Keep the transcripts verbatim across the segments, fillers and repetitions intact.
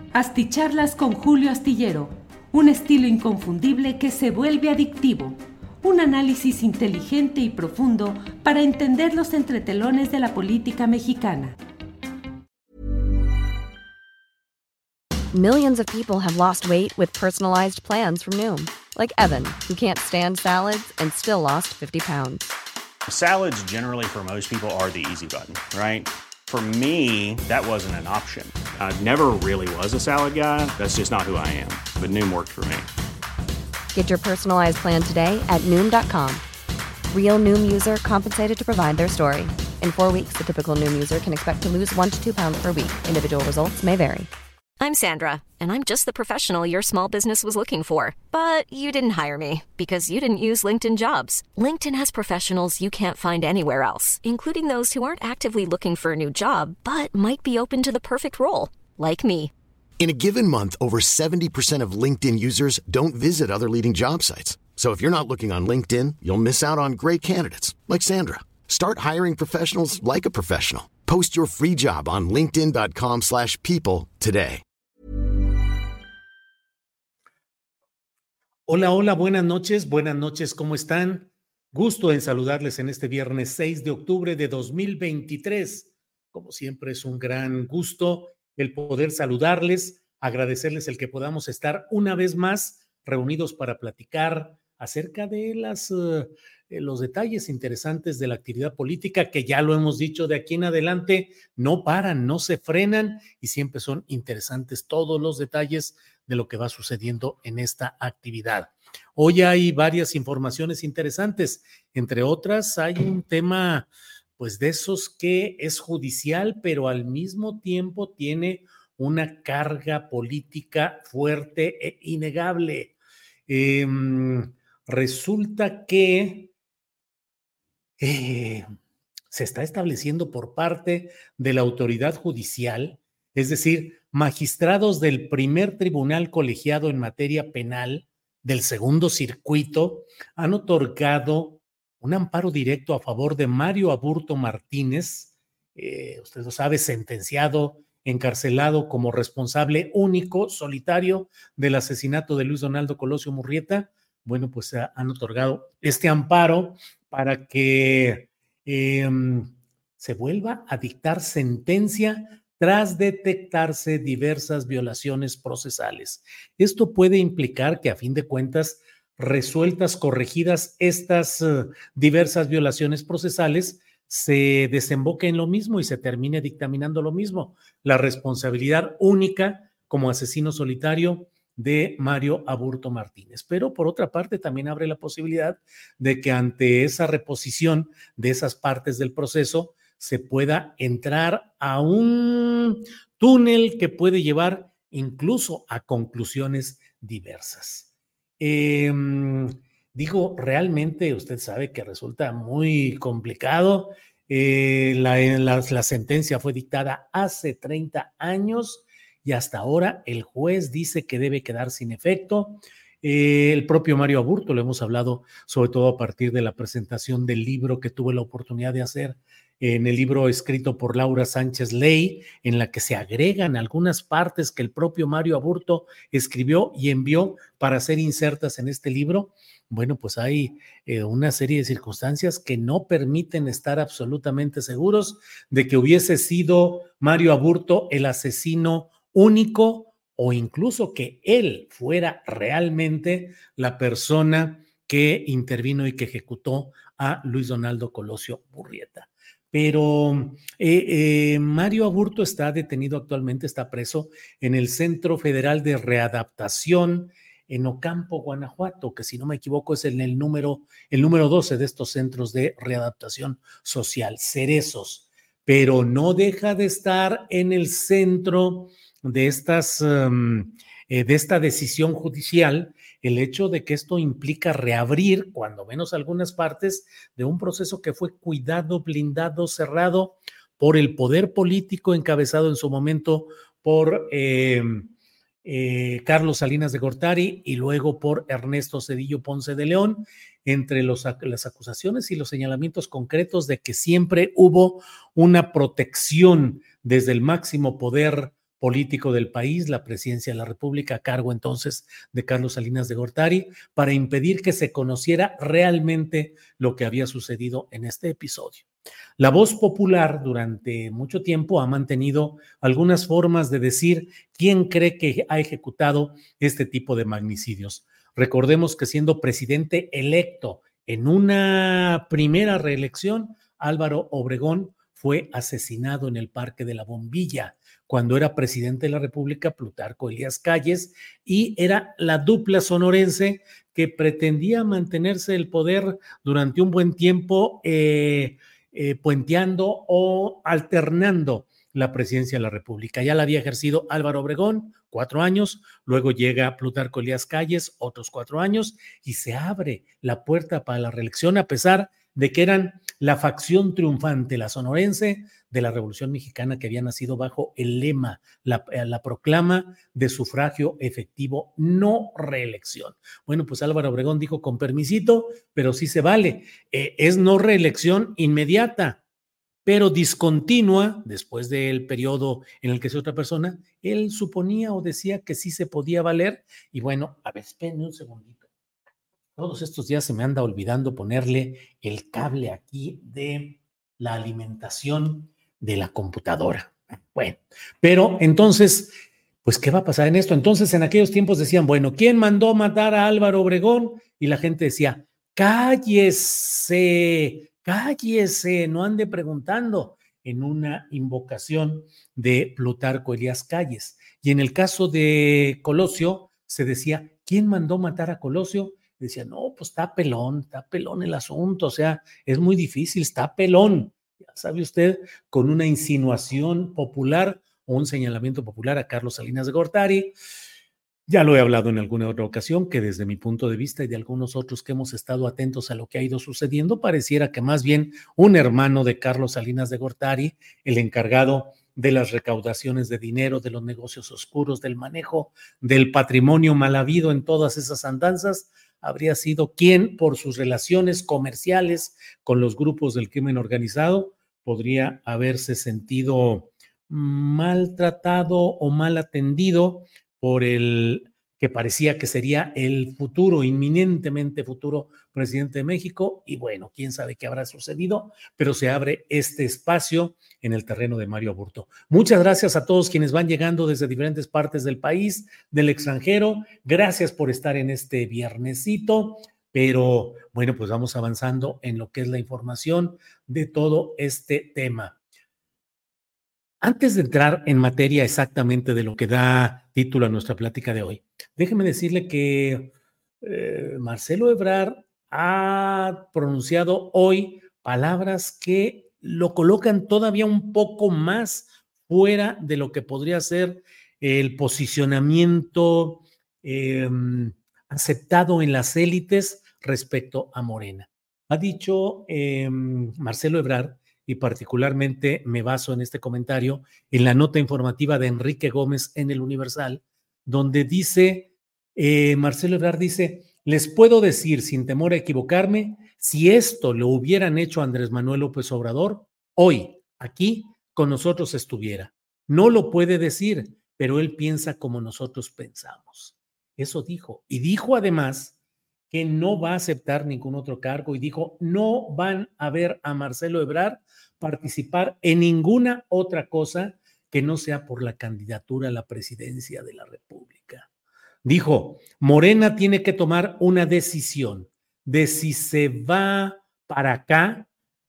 Asticharlas con Julio Astillero, un estilo inconfundible que se vuelve adictivo. Un análisis inteligente y profundo para entender los entretelones de la política mexicana. Millions of people have lost weight with personalized plans from Noom. Like Evan, who can't stand salads and still lost fifty pounds. Salads generally for most people are the easy button, right? For me, that wasn't an option. I never really was a salad guy. That's just not who I am. But Noom worked for me. Get your personalized plan today at Noom dot com. Real Noom user compensated to provide their story. In four weeks, the typical Noom user can expect to lose one to two pounds per week. Individual results may vary. I'm Sandra, and I'm just the professional your small business was looking for. But you didn't hire me because you didn't use LinkedIn Jobs. LinkedIn has professionals you can't find anywhere else, including those who aren't actively looking for a new job, but might be open to the perfect role, like me. In a given month, over seventy percent of LinkedIn users don't visit other leading job sites. So if you're not looking on LinkedIn, you'll miss out on great candidates like Sandra. Start hiring professionals like a professional. Post your free job on linkedin dot com slash people today. Hola, hola, buenas noches, buenas noches, ¿cómo están? Gusto en saludarles en este viernes seis de octubre de dos mil veintitrés. Como siempre es un gran gusto el poder saludarles, agradecerles el que podamos estar una vez más reunidos para platicar acerca de las, uh, los detalles interesantes de la actividad política, que ya lo hemos dicho, de aquí en adelante no paran, no se frenan y siempre son interesantes todos los detalles de lo que va sucediendo en esta actividad. Hoy hay varias informaciones interesantes, entre otras hay un tema pues de esos que es judicial, pero al mismo tiempo tiene una carga política fuerte e innegable. Eh, resulta que eh, se está estableciendo por parte de la autoridad judicial, es decir, magistrados del primer tribunal colegiado en materia penal del segundo circuito han otorgado un amparo directo a favor de Mario Aburto Martínez, eh, usted lo sabe, sentenciado, encarcelado como responsable único, solitario del asesinato de Luis Donaldo Colosio Murrieta. Bueno, pues uh, han otorgado este amparo para que eh, se vuelva a dictar sentencia tras detectarse diversas violaciones procesales. Esto puede implicar que, a fin de cuentas, resueltas, corregidas estas uh, diversas violaciones procesales, se desemboque en lo mismo y se termine dictaminando lo mismo, la responsabilidad única como asesino solitario de Mario Aburto Martínez. Pero por otra parte también abre la posibilidad de que ante esa reposición de esas partes del proceso se pueda entrar a un túnel que puede llevar incluso a conclusiones diversas. Eh, digo, realmente usted sabe que resulta muy complicado. Eh, la, la, la sentencia fue dictada hace treinta años y hasta ahora el juez dice que debe quedar sin efecto. Eh, el propio Mario Aburto, lo hemos hablado sobre todo a partir de la presentación del libro que tuve la oportunidad de hacer, en el libro escrito por Laura Sánchez Ley, en la que se agregan algunas partes que el propio Mario Aburto escribió y envió para ser insertas en este libro. Bueno, pues hay eh, una serie de circunstancias que no permiten estar absolutamente seguros de que hubiese sido Mario Aburto el asesino único o incluso que él fuera realmente la persona que intervino y que ejecutó a Luis Donaldo Colosio Murrieta. Pero eh, eh, Mario Aburto está detenido actualmente, está preso en el Centro Federal de Readaptación en Ocampo, Guanajuato, que si no me equivoco es en el número, el número doce de estos centros de readaptación social, Cerezos, pero no deja de estar en el centro de estas, um, eh, de esta decisión judicial, el hecho de que esto implica reabrir, cuando menos algunas partes, de un proceso que fue cuidado, blindado, cerrado por el poder político encabezado en su momento por eh, eh, Carlos Salinas de Gortari y luego por Ernesto Zedillo Ponce de León, entre los, las acusaciones y los señalamientos concretos de que siempre hubo una protección desde el máximo poder político del país, la presidencia de la República, a cargo entonces de Carlos Salinas de Gortari, para impedir que se conociera realmente lo que había sucedido en este episodio. La voz popular durante mucho tiempo ha mantenido algunas formas de decir quién cree que ha ejecutado este tipo de magnicidios. Recordemos que siendo presidente electo en una primera reelección, Álvaro Obregón fue asesinado en el Parque de la Bombilla cuando era presidente de la República Plutarco Elías Calles, y era la dupla sonorense que pretendía mantenerse el poder durante un buen tiempo, eh, eh, puenteando o alternando la presidencia de la República. Ya la había ejercido Álvaro Obregón, cuatro años, luego llega Plutarco Elías Calles, otros cuatro años, y se abre la puerta para la reelección a pesar de que eran la facción triunfante, la sonorense, de la Revolución Mexicana, que había nacido bajo el lema, la, la proclama de sufragio efectivo, no reelección. Bueno, pues Álvaro Obregón dijo con permisito, pero sí se vale. Eh, es no reelección inmediata, pero discontinua, después del periodo en el que es otra persona. Él suponía o decía que sí se podía valer, y bueno, a ver, espérenme un segundito. Todos estos días se me anda olvidando ponerle el cable aquí de la alimentación de la computadora. Bueno, pero entonces, pues, ¿qué va a pasar en esto? Entonces, en aquellos tiempos decían, bueno, ¿quién mandó matar a Álvaro Obregón? Y la gente decía, cállese, cállese, no ande preguntando, en una invocación de Plutarco Elías Calles. Y en el caso de Colosio, se decía, ¿quién mandó matar a Colosio? Decía, no, pues está pelón, está pelón el asunto, o sea, es muy difícil, está pelón. Ya sabe usted, con una insinuación popular o un señalamiento popular a Carlos Salinas de Gortari. Ya lo he hablado en alguna otra ocasión, que desde mi punto de vista y de algunos otros que hemos estado atentos a lo que ha ido sucediendo, pareciera que más bien un hermano de Carlos Salinas de Gortari, el encargado de las recaudaciones de dinero, de los negocios oscuros, del manejo del patrimonio mal habido en todas esas andanzas, habría sido quien, por sus relaciones comerciales con los grupos del crimen organizado, podría haberse sentido maltratado o mal atendido por el que parecía que sería el futuro, inminentemente futuro presidente de México. Y bueno, quién sabe qué habrá sucedido, pero se abre este espacio en el terreno de Mario Aburto. Muchas gracias a todos quienes van llegando desde diferentes partes del país, del extranjero. Gracias por estar en este viernesito, pero bueno, pues vamos avanzando en lo que es la información de todo este tema. Antes de entrar en materia exactamente de lo que da título a nuestra plática de hoy, déjeme decirle que eh, Marcelo Ebrard ha pronunciado hoy palabras que lo colocan todavía un poco más fuera de lo que podría ser el posicionamiento eh, aceptado en las élites respecto a Morena. Ha dicho eh, Marcelo Ebrard, y particularmente me baso en este comentario en la nota informativa de Enrique Gómez en El Universal, donde dice, eh, Marcelo Ebrard dice, les puedo decir sin temor a equivocarme, si esto lo hubieran hecho Andrés Manuel López Obrador, hoy, aquí, con nosotros estuviera. No lo puede decir, pero él piensa como nosotros pensamos. Eso dijo. Y dijo además que no va a aceptar ningún otro cargo, y dijo, no van a ver a Marcelo Ebrard participar en ninguna otra cosa que no sea por la candidatura a la presidencia de la República. Dijo, Morena tiene que tomar una decisión de si se va para acá,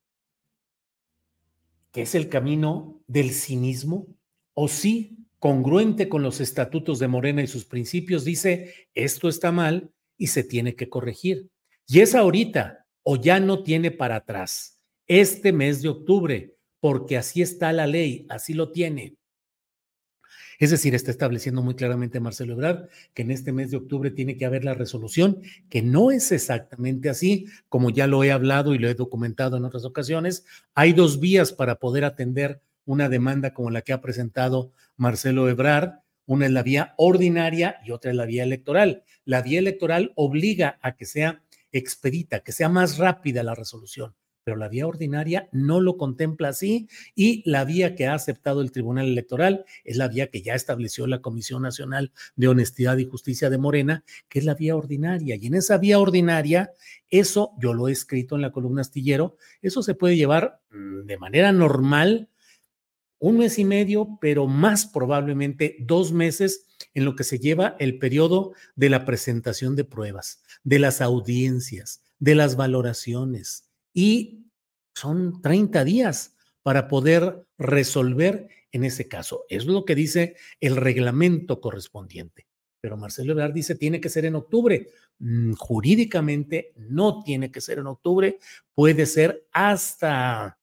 que es el camino del cinismo, o si, congruente con los estatutos de Morena y sus principios, dice, esto está mal y se tiene que corregir. Y es ahorita, o ya no tiene para atrás, este mes de octubre, porque así está la ley, así lo tiene. Es decir, está estableciendo muy claramente Marcelo Ebrard que en este mes de octubre tiene que haber la resolución, que no es exactamente así, como ya lo he hablado y lo he documentado en otras ocasiones. Hay dos vías para poder atender una demanda como la que ha presentado Marcelo Ebrard. Una es la vía ordinaria y otra es la vía electoral. La vía electoral obliga a que sea expedita, que sea más rápida la resolución. pero la vía ordinaria no lo contempla así y la vía que ha aceptado el Tribunal Electoral es la vía que ya estableció la Comisión Nacional de Honestidad y Justicia de Morena, que es la vía ordinaria. Y en esa vía ordinaria, eso yo lo he escrito en la columna Astillero, eso se puede llevar de manera normal un mes y medio, pero más probablemente dos meses en lo que se lleva el periodo de la presentación de pruebas, de las audiencias, de las valoraciones, y son treinta días para poder resolver en ese caso. Es lo que dice el reglamento correspondiente. Pero Marcelo Ebrard dice tiene que ser en octubre. Mm, jurídicamente no tiene que ser en octubre, puede ser hasta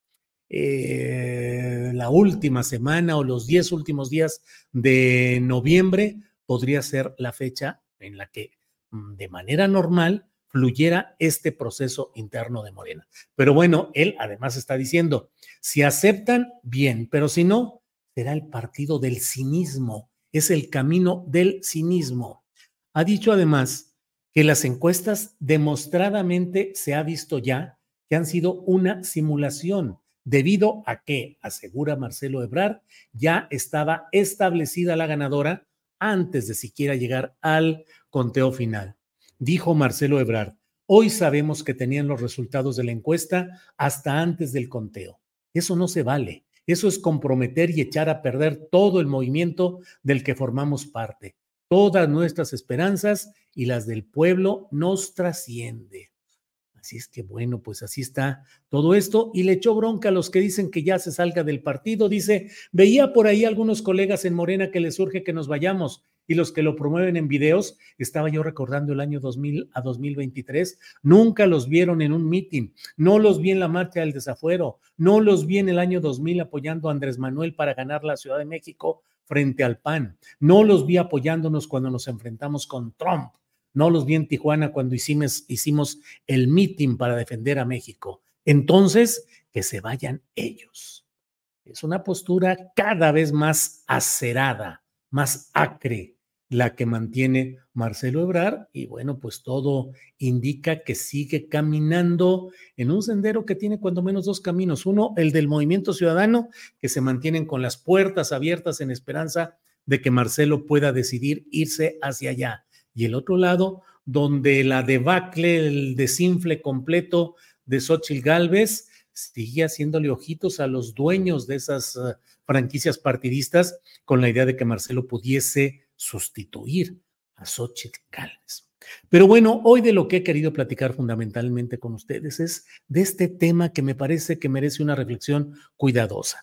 eh, la última semana o los diez últimos días de noviembre, podría ser la fecha en la que mm, de manera normal fluyera este proceso interno de Morena. Pero bueno, él además está diciendo, si aceptan, bien, pero si no, será el partido del cinismo, es el camino del cinismo. Ha dicho además que las encuestas demostradamente se ha visto ya que han sido una simulación, debido a que, asegura Marcelo Ebrard, ya estaba establecida la ganadora antes de siquiera llegar al conteo final. Dijo Marcelo Ebrard, hoy sabemos que tenían los resultados de la encuesta hasta antes del conteo. Eso no se vale. Eso es comprometer y echar a perder todo el movimiento del que formamos parte. Todas nuestras esperanzas y las del pueblo nos trasciende. Así es que bueno, pues así está todo esto, y le echó bronca a los que dicen que ya se salga del partido. Dice, veía por ahí algunos colegas en Morena que les surge que nos vayamos, y los que lo promueven en videos, estaba yo recordando el año dos mil a dos mil veintitrés, nunca los vieron en un mitin, no los vi en la marcha del desafuero, no los vi en el año dos mil apoyando a Andrés Manuel para ganar la Ciudad de México frente al P A N, no los vi apoyándonos cuando nos enfrentamos con Trump, no los vi en Tijuana cuando hicimos, hicimos el mitin para defender a México. Entonces, que se vayan ellos. Es una postura cada vez más acerada, más acre, la que mantiene Marcelo Ebrard, y bueno, pues todo indica que sigue caminando en un sendero que tiene cuando menos dos caminos. Uno, el del Movimiento Ciudadano, que se mantienen con las puertas abiertas en esperanza de que Marcelo pueda decidir irse hacia allá. Y el otro lado, donde la debacle, el desinfle completo de Xóchitl Gálvez sigue haciéndole ojitos a los dueños de esas uh, franquicias partidistas, con la idea de que Marcelo pudiese sustituir a Xóchitl Gálvez. Pero bueno, hoy de lo que he querido platicar fundamentalmente con ustedes es de este tema que me parece que merece una reflexión cuidadosa.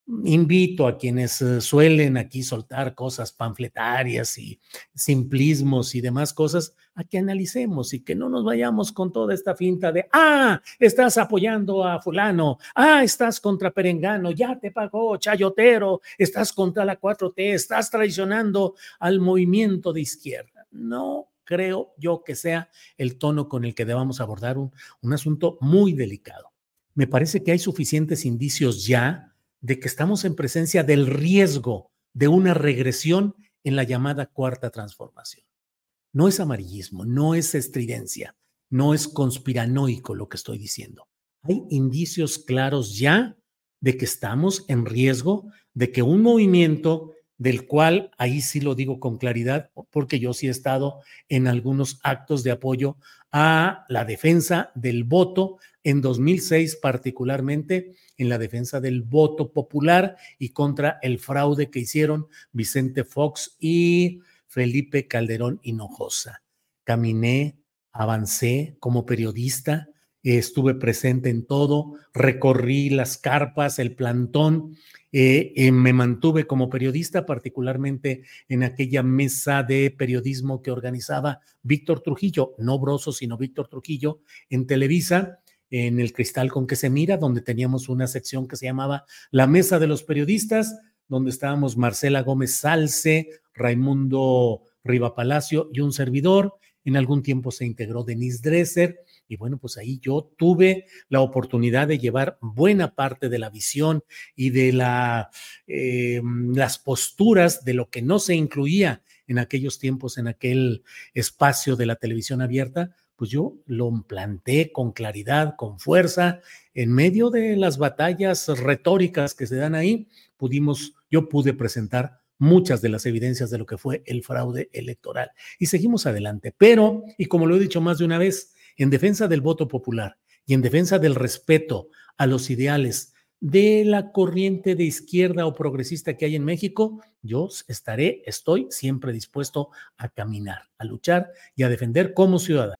Invito a quienes suelen aquí soltar cosas panfletarias y simplismos y demás cosas a que analicemos y que no nos vayamos con toda esta finta de ah, estás apoyando a fulano, ah, estás contra Perengano, ya te pagó chayotero, estás contra la cuatro T, estás traicionando al movimiento de izquierda. No creo yo que sea el tono con el que debamos abordar un, un asunto muy delicado. Me parece que hay suficientes indicios ya de que estamos en presencia del riesgo de una regresión en la llamada cuarta transformación. No es amarillismo, no es estridencia, no es conspiranoico lo que estoy diciendo. Hay indicios claros ya de que estamos en riesgo de que un movimiento del cual, ahí sí lo digo con claridad, porque yo sí he estado en algunos actos de apoyo a la defensa del voto, en dos mil seis particularmente, en la defensa del voto popular y contra el fraude que hicieron Vicente Fox y Felipe Calderón Hinojosa. Caminé, avancé como periodista, estuve presente en todo, recorrí las carpas, el plantón, eh, eh, me mantuve como periodista, particularmente en aquella mesa de periodismo que organizaba Víctor Trujillo, no Broso, sino Víctor Trujillo, en Televisa, en El Cristal con que se mira, donde teníamos una sección que se llamaba La Mesa de los Periodistas, donde estábamos Marcela Gómez Salce, Raimundo Riva Palacio y un servidor. En algún tiempo se integró Denise Dresser, y bueno, pues ahí yo tuve la oportunidad de llevar buena parte de la visión y de la, eh, las posturas de lo que no se incluía en aquellos tiempos, en aquel espacio de la televisión abierta, pues yo lo planteé con claridad, con fuerza, en medio de las batallas retóricas que se dan ahí, pudimos, yo pude presentar muchas de las evidencias de lo que fue el fraude electoral. Y seguimos adelante. Pero, y como lo he dicho más de una vez, en defensa del voto popular y en defensa del respeto a los ideales de la corriente de izquierda o progresista que hay en México, yo estaré, estoy siempre dispuesto a caminar, a luchar y a defender como ciudadano.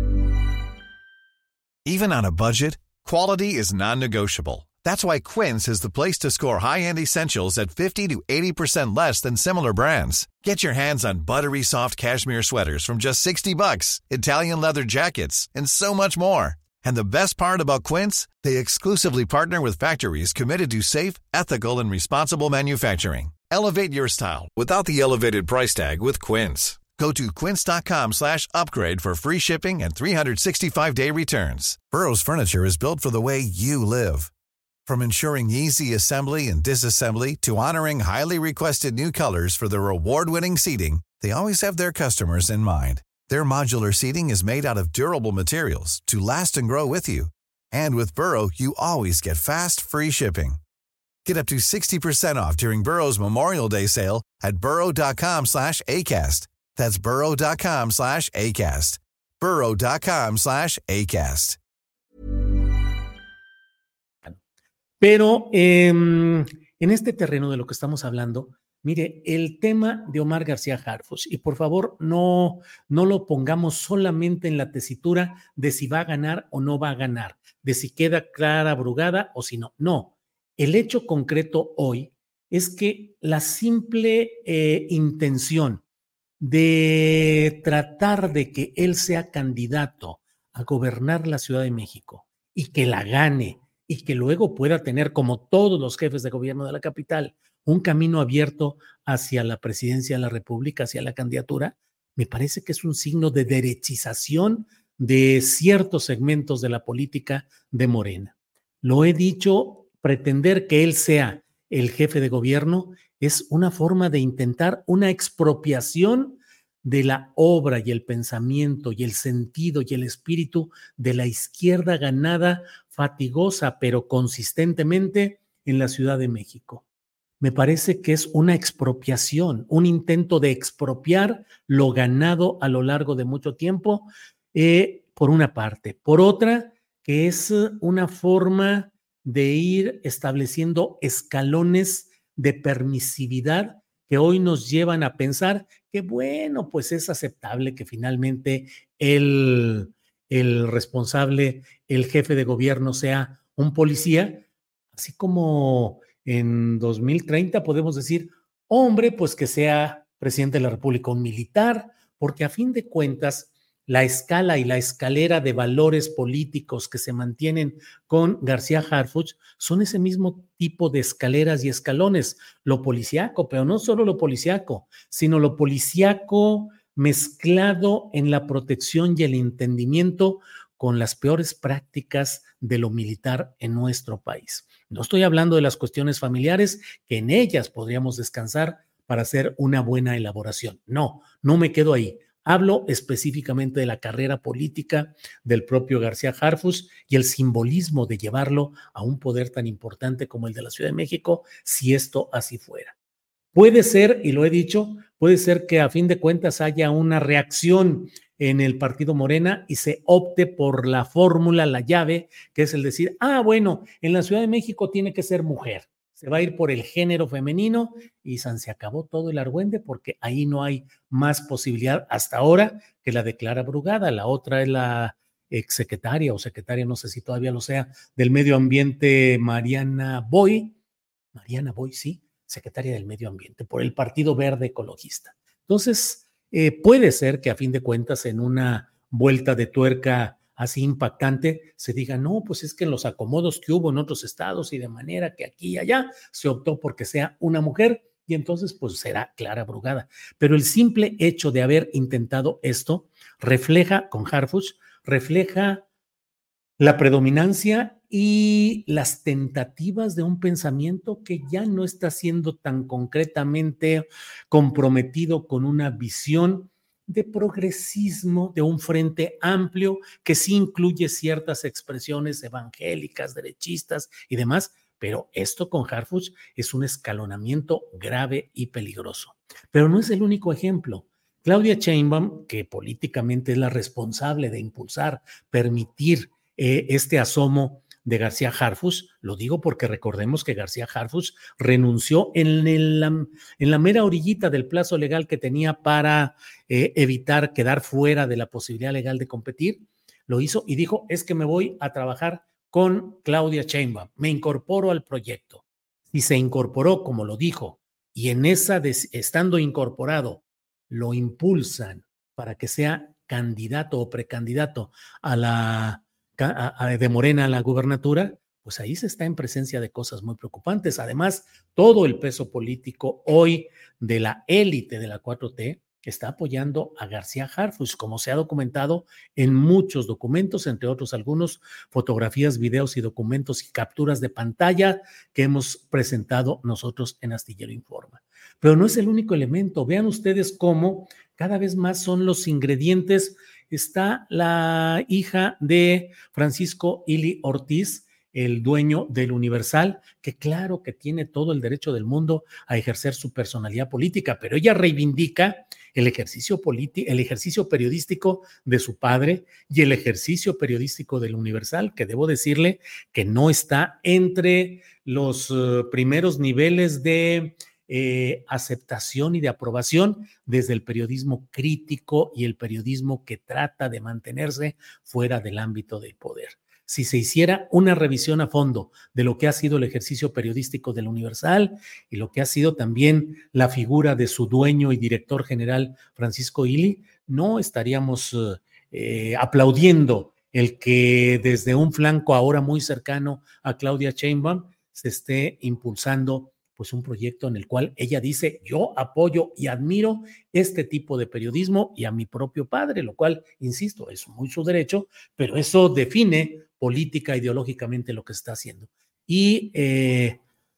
Even on a budget, quality is non-negotiable. That's why Quince is the place to score high-end essentials at fifty to eighty percent less than similar brands. Get your hands on buttery soft cashmere sweaters from just sixty bucks, Italian leather jackets, and so much more. And the best part about Quince, they exclusively partner with factories committed to safe, ethical, and responsible manufacturing. Elevate your style without the elevated price tag with Quince. Go to quince.com slash upgrade for free shipping and three sixty-five day returns. Burrow's furniture is built for the way you live. From ensuring easy assembly and disassembly to honoring highly requested new colors for their award-winning seating, they always have their customers in mind. Their modular seating is made out of durable materials to last and grow with you. And with Burrow, you always get fast, free shipping. Get up to sixty percent off during Burrow's Memorial Day sale at burrow.com slash ACAST. That's burrow.com slash ACAST. burrow.com slash ACAST. Pero eh, en este terreno de lo que estamos hablando, mire, el tema de Omar García Harfuch, y por favor no, no lo pongamos solamente en la tesitura de si va a ganar o no va a ganar, de si queda Clara Brugada o si no. No, el hecho concreto hoy es que la simple eh, intención de tratar de que él sea candidato a gobernar la Ciudad de México y que la gane, y que luego pueda tener, como todos los jefes de gobierno de la capital, un camino abierto hacia la presidencia de la República, hacia la candidatura, me parece que es un signo de derechización de ciertos segmentos de la política de Morena. Lo he dicho, pretender que él sea el jefe de gobierno es una forma de intentar una expropiación de la obra y el pensamiento y el sentido y el espíritu de la izquierda ganada fatigosa pero consistentemente en la Ciudad de México. Me parece que es una expropiación, un intento de expropiar lo ganado a lo largo de mucho tiempo, eh, por una parte. Por otra, que es una forma de ir estableciendo escalones de permisividad que hoy nos llevan a pensar que, bueno, pues es aceptable que finalmente el, el responsable, el jefe de gobierno sea un policía, así como en dos mil treinta podemos decir, hombre, pues que sea presidente de la República un militar, porque a fin de cuentas la escala y la escalera de valores políticos que se mantienen con García Harfuch son ese mismo tipo de escaleras y escalones, lo policíaco, pero no solo lo policíaco, sino lo policíaco mezclado en la protección y el entendimiento con las peores prácticas de lo militar en nuestro país. No estoy hablando de las cuestiones familiares, que en ellas podríamos descansar para hacer una buena elaboración. No, no me quedo ahí. Hablo específicamente de la carrera política del propio García Harfuch y el simbolismo de llevarlo a un poder tan importante como el de la Ciudad de México, si esto así fuera. Puede ser, y lo he dicho, puede ser que a fin de cuentas haya una reacción en el partido Morena y se opte por la fórmula, la llave, que es el decir, ah, bueno, en la Ciudad de México tiene que ser mujer. Se va a ir por el género femenino y san se acabó todo el argüende porque ahí no hay más posibilidad hasta ahora que la de Clara Brugada. La otra es la exsecretaria o secretaria, no sé si todavía lo sea, del Medio Ambiente, Mariana Boy. Mariana Boy, sí, secretaria del Medio Ambiente, por el Partido Verde Ecologista. Entonces, eh, puede ser que a fin de cuentas en una vuelta de tuerca así impactante, se diga, no, pues es que en los acomodos que hubo en otros estados y de manera que aquí y allá se optó porque sea una mujer y entonces pues será Clara Brugada. Pero el simple hecho de haber intentado esto refleja, con Harfuch, refleja la predominancia y las tentativas de un pensamiento que ya no está siendo tan concretamente comprometido con una visión de progresismo, de un frente amplio que sí incluye ciertas expresiones evangélicas, derechistas y demás, pero esto con Harfuch es un escalonamiento grave y peligroso. Pero no es el único ejemplo. Claudia Sheinbaum, que políticamente es la responsable de impulsar, permitir eh, este asomo de García Harfuch, lo digo porque recordemos que García Harfuch renunció en, el, en la mera orillita del plazo legal que tenía para eh, evitar quedar fuera de la posibilidad legal de competir, lo hizo y dijo, es que me voy a trabajar con Claudia Sheinbaum, me incorporo al proyecto. Y se incorporó, como lo dijo, y en esa, des, estando incorporado, lo impulsan para que sea candidato o precandidato a la, a, a, de Morena a la gubernatura, pues ahí se está en presencia de cosas muy preocupantes. Además, todo el peso político hoy de la élite de la cuatro T está apoyando a García Harfuch, como se ha documentado en muchos documentos, entre otros algunos fotografías, videos y documentos y capturas de pantalla que hemos presentado nosotros en Astillero Informa. Pero no es el único elemento. Vean ustedes cómo cada vez más son los ingredientes. Está la hija de Francisco Ili Ortiz, el dueño del Universal, que claro que tiene todo el derecho del mundo a ejercer su personalidad política, pero ella reivindica el ejercicio político, el ejercicio periodístico de su padre y el ejercicio periodístico del Universal, que debo decirle que no está entre los uh, primeros niveles de eh, aceptación y de aprobación desde el periodismo crítico y el periodismo que trata de mantenerse fuera del ámbito del poder. Si se hiciera una revisión a fondo de lo que ha sido el ejercicio periodístico del Universal y lo que ha sido también la figura de su dueño y director general Francisco Ili, no estaríamos eh, aplaudiendo el que desde un flanco ahora muy cercano a Claudia Sheinbaum se esté impulsando pues un proyecto en el cual ella dice, yo apoyo y admiro este tipo de periodismo y a mi propio padre, lo cual, insisto, es muy su derecho, pero eso define política, ideológicamente lo que está haciendo. Y eh,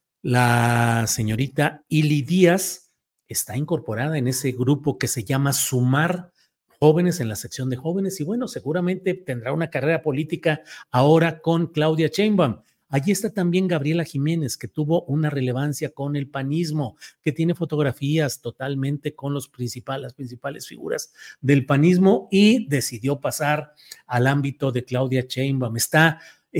la señorita Ili Díaz está incorporada en ese grupo que se llama Sumar Jóvenes, en la sección de jóvenes, y bueno, seguramente tendrá una carrera política ahora con Claudia Sheinbaum. Allí está también Gabriela Jiménez, que tuvo una relevancia con el panismo, que tiene fotografías totalmente con los principales, las principales figuras del panismo y decidió pasar al ámbito de Claudia Sheinbaum. Está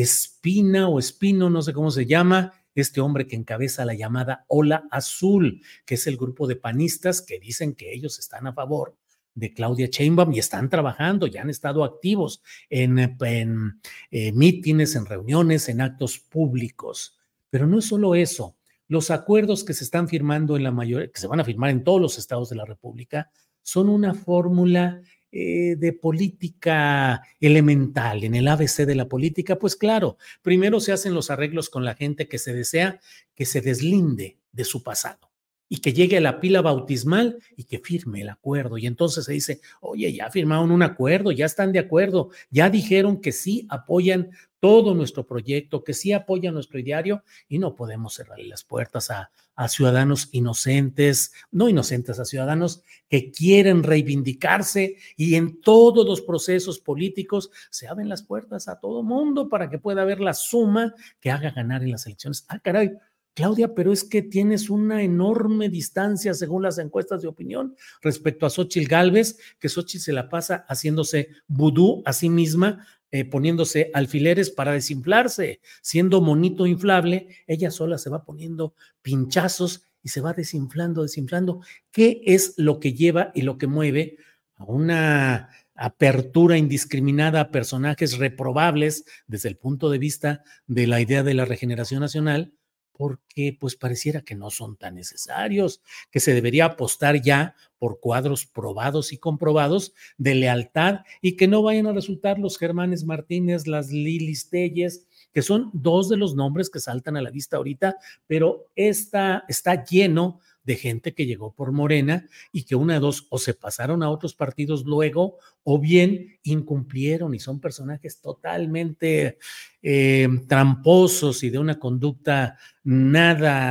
Espina o Espino, no sé cómo se llama, este hombre que encabeza la llamada Ola Azul, que es el grupo de panistas que dicen que ellos están a favor de Claudia Sheinbaum y están trabajando, ya han estado activos en, en eh, mítines, en reuniones, en actos públicos. Pero no es solo eso. Los acuerdos que se están firmando en la mayoría, que se van a firmar en todos los estados de la República, son una fórmula eh, de política elemental, en el A B C de la política. Pues claro, primero se hacen los arreglos con la gente que se desea que se deslinde de su pasado y que llegue a la pila bautismal y que firme el acuerdo. Y entonces se dice, oye, ya firmaron un acuerdo, ya están de acuerdo, ya dijeron que sí apoyan todo nuestro proyecto, que sí apoyan nuestro ideario y no podemos cerrarle las puertas a, a ciudadanos inocentes, no inocentes, a ciudadanos que quieren reivindicarse y en todos los procesos políticos se abren las puertas a todo mundo para que pueda haber la suma que haga ganar en las elecciones. Ah, caray, Claudia, pero es que tienes una enorme distancia según las encuestas de opinión respecto a Xóchitl Gálvez, que Xóchitl se la pasa haciéndose vudú a sí misma, eh, poniéndose alfileres para desinflarse, siendo monito inflable, ella sola se va poniendo pinchazos y se va desinflando, desinflando. ¿Qué es lo que lleva y lo que mueve a una apertura indiscriminada a personajes reprobables desde el punto de vista de la idea de la regeneración nacional? Porque pues pareciera que no son tan necesarios, que se debería apostar ya por cuadros probados y comprobados de lealtad y que no vayan a resultar los Germanes Martínez, las Lilis Telles, que son dos de los nombres que saltan a la vista ahorita, pero esta, está lleno de gente que llegó por Morena y que una de dos o se pasaron a otros partidos luego o bien incumplieron y son personajes totalmente eh, tramposos y de una conducta nada,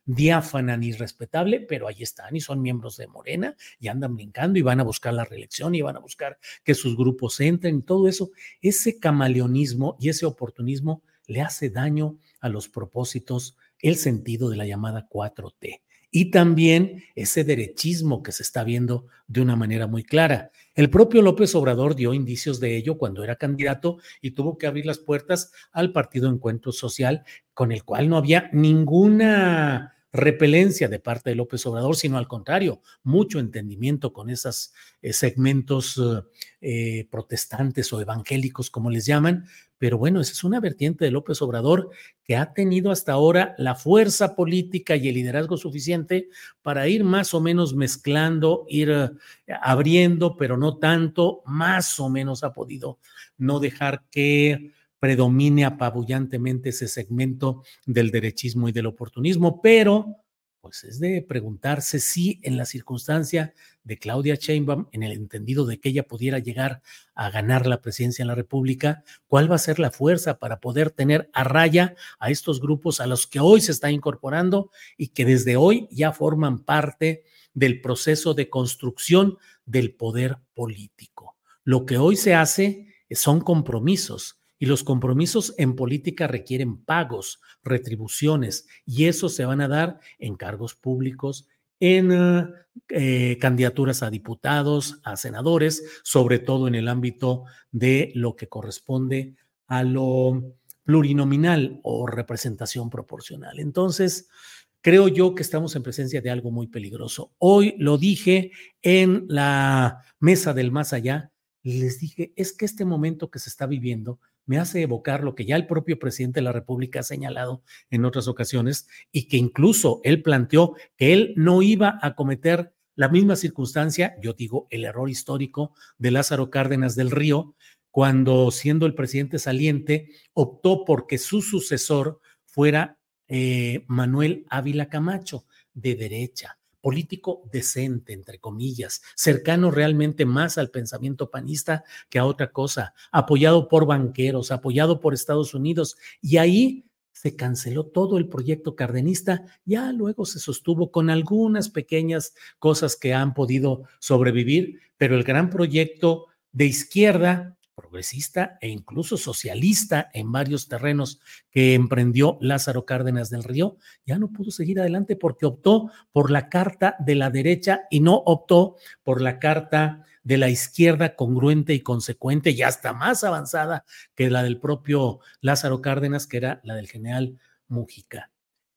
diáfana ni respetable, pero ahí están y son miembros de Morena y andan brincando y van a buscar la reelección y van a buscar que sus grupos entren y todo eso. Ese camaleonismo y ese oportunismo le hace daño a los propósitos, el sentido de la llamada cuatro T. Y también ese derechismo que se está viendo de una manera muy clara. El propio López Obrador dio indicios de ello cuando era candidato y tuvo que abrir las puertas al Partido Encuentro Social, con el cual no había ninguna repelencia de parte de López Obrador, sino al contrario, mucho entendimiento con esos eh, segmentos eh, protestantes o evangélicos, como les llaman. Pero bueno, esa es una vertiente de López Obrador que ha tenido hasta ahora la fuerza política y el liderazgo suficiente para ir más o menos mezclando, ir uh, abriendo, pero no tanto, más o menos ha podido no dejar que predomine apabullantemente ese segmento del derechismo y del oportunismo, pero pues es de preguntarse si en la circunstancia de Claudia Sheinbaum, en el entendido de que ella pudiera llegar a ganar la presidencia de la República, ¿cuál va a ser la fuerza para poder tener a raya a estos grupos a los que hoy se está incorporando y que desde hoy ya forman parte del proceso de construcción del poder político? Lo que hoy se hace son compromisos. Y los compromisos en política requieren pagos, retribuciones, y eso se van a dar en cargos públicos, en uh, eh, candidaturas a diputados, a senadores, sobre todo en el ámbito de lo que corresponde a lo plurinominal o representación proporcional. Entonces, creo yo que estamos en presencia de algo muy peligroso. Hoy lo dije en la mesa del más allá, y les dije, es que este momento que se está viviendo me hace evocar lo que ya el propio presidente de la República ha señalado en otras ocasiones y que incluso él planteó que él no iba a cometer la misma circunstancia, yo digo el error histórico de Lázaro Cárdenas del Río, cuando siendo el presidente saliente optó por que su sucesor fuera eh, Manuel Ávila Camacho, de derecha, político decente, entre comillas, cercano realmente más al pensamiento panista que a otra cosa, apoyado por banqueros, apoyado por Estados Unidos, y ahí se canceló todo el proyecto cardenista. Ya luego se sostuvo con algunas pequeñas cosas que han podido sobrevivir, pero el gran proyecto de izquierda, progresista e incluso socialista en varios terrenos que emprendió Lázaro Cárdenas del Río, ya no pudo seguir adelante porque optó por la carta de la derecha y no optó por la carta de la izquierda congruente y consecuente y hasta más avanzada que la del propio Lázaro Cárdenas, que era la del general Mújica.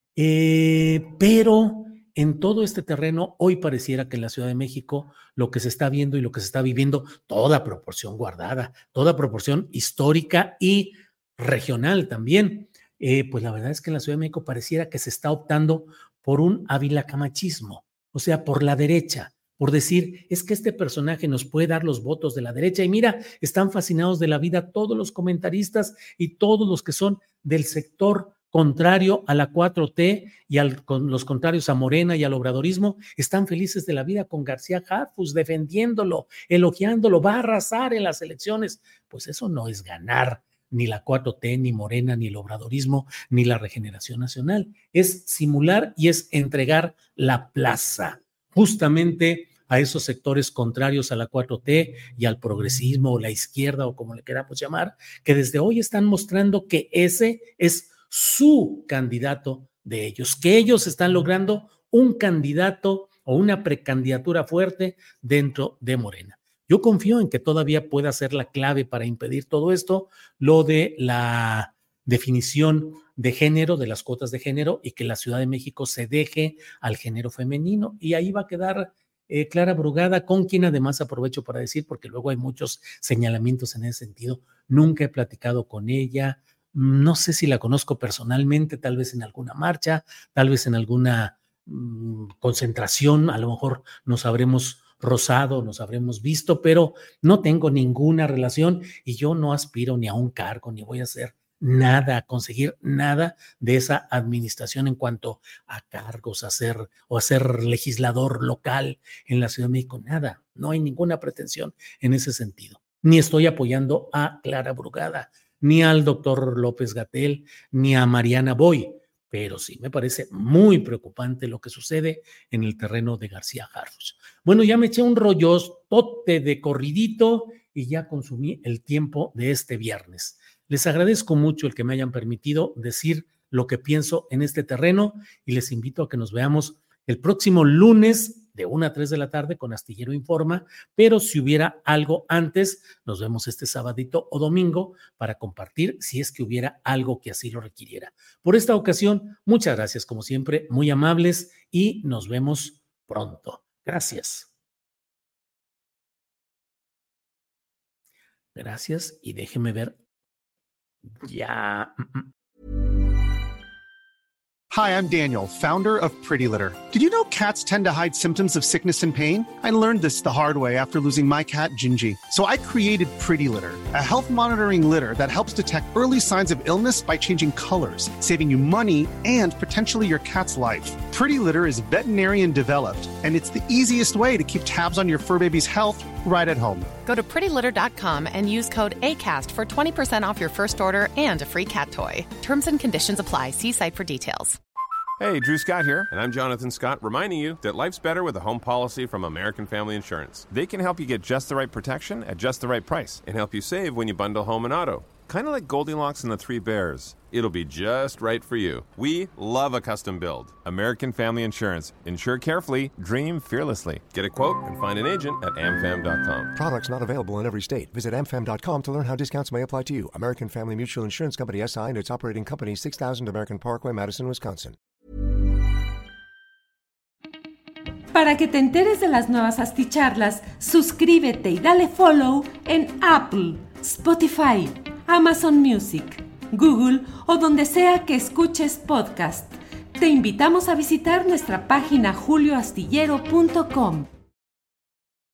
Eh, pero en todo este terreno, hoy pareciera que en la Ciudad de México lo que se está viendo y lo que se está viviendo, toda proporción guardada, toda proporción histórica y regional también, eh, pues la verdad es que en la Ciudad de México pareciera que se está optando por un avilacamachismo, o sea, por la derecha, por decir, es que este personaje nos puede dar los votos de la derecha y mira, están fascinados de la vida todos los comentaristas y todos los que son del sector contrario a la cuatro T y al, con los contrarios a Morena y al obradorismo, están felices de la vida con García Harfuch, defendiéndolo, elogiándolo, va a arrasar en las elecciones. Pues eso no es ganar ni la cuatro T, ni Morena, ni el obradorismo, ni la Regeneración Nacional. Es simular y es entregar la plaza, justamente a esos sectores contrarios a la cuatro T y al progresismo o la izquierda o como le queramos llamar, que desde hoy están mostrando que ese es su candidato de ellos, que ellos están logrando un candidato o una precandidatura fuerte dentro de Morena. Yo confío en que todavía pueda ser la clave para impedir todo esto, lo de la definición de género, de las cuotas de género, y que la Ciudad de México se deje al género femenino, y ahí va a quedar eh, Clara Brugada, con quien además aprovecho para decir, porque luego hay muchos señalamientos en ese sentido, nunca he platicado con ella. No sé si la conozco personalmente, tal vez en alguna marcha, tal vez en alguna mmm, concentración, a lo mejor nos habremos rozado, nos habremos visto, pero no tengo ninguna relación y yo no aspiro ni a un cargo, ni voy a hacer nada, a conseguir nada de esa administración en cuanto a cargos, a ser o a ser legislador local en la Ciudad de México, nada, no hay ninguna pretensión en ese sentido. Ni estoy apoyando a Clara Brugada, ni al doctor López-Gatell, ni a Mariana Boy. pero sí me parece muy preocupante lo que sucede en el terreno de García Harfuch. Bueno, ya me eché un rollotote de corridito y ya consumí el tiempo de este viernes. Les agradezco mucho el que me hayan permitido decir lo que pienso en este terreno y les invito a que nos veamos el próximo lunes de una a tres de la tarde con Astillero Informa, pero si hubiera algo antes, nos vemos este sabadito o domingo para compartir si es que hubiera algo que así lo requiriera. Por esta ocasión, muchas gracias como siempre, muy amables y nos vemos pronto. Gracias. Gracias y déjeme ver. Ya. Hi, I'm Daniel, founder of Pretty Litter. Did you know cats tend to hide symptoms of sickness and pain? I learned this the hard way after losing my cat, Gingy. So I created Pretty Litter, a health monitoring litter that helps detect early signs of illness by changing colors, saving you money and potentially your cat's life. Pretty Litter is veterinarian developed, and it's the easiest way to keep tabs on your fur baby's health right at home. Go to pretty litter dot com and use code ACAST for twenty percent off your first order and a free cat toy. Terms and conditions apply. See site for details. Hey, Drew Scott here, and I'm Jonathan Scott, reminding you that life's better with a home policy from American Family Insurance. They can help you get just the right protection at just the right price and help you save when you bundle home and auto. Kind of like Goldilocks and the Three Bears. It'll be just right for you. We love a custom build. American Family Insurance. Insure carefully, dream fearlessly. Get a quote and find an agent at a m fam dot com. Products not available in every state. Visit a m fam dot com to learn how discounts may apply to you. American Family Mutual Insurance Company S I and its operating company, six thousand American Parkway, Madison, Wisconsin. Para que te enteres de las nuevas asticharlas, suscríbete y dale follow en Apple, Spotify, Amazon Music, Google o donde sea que escuches podcast. Te invitamos a visitar nuestra página julio astillero punto com.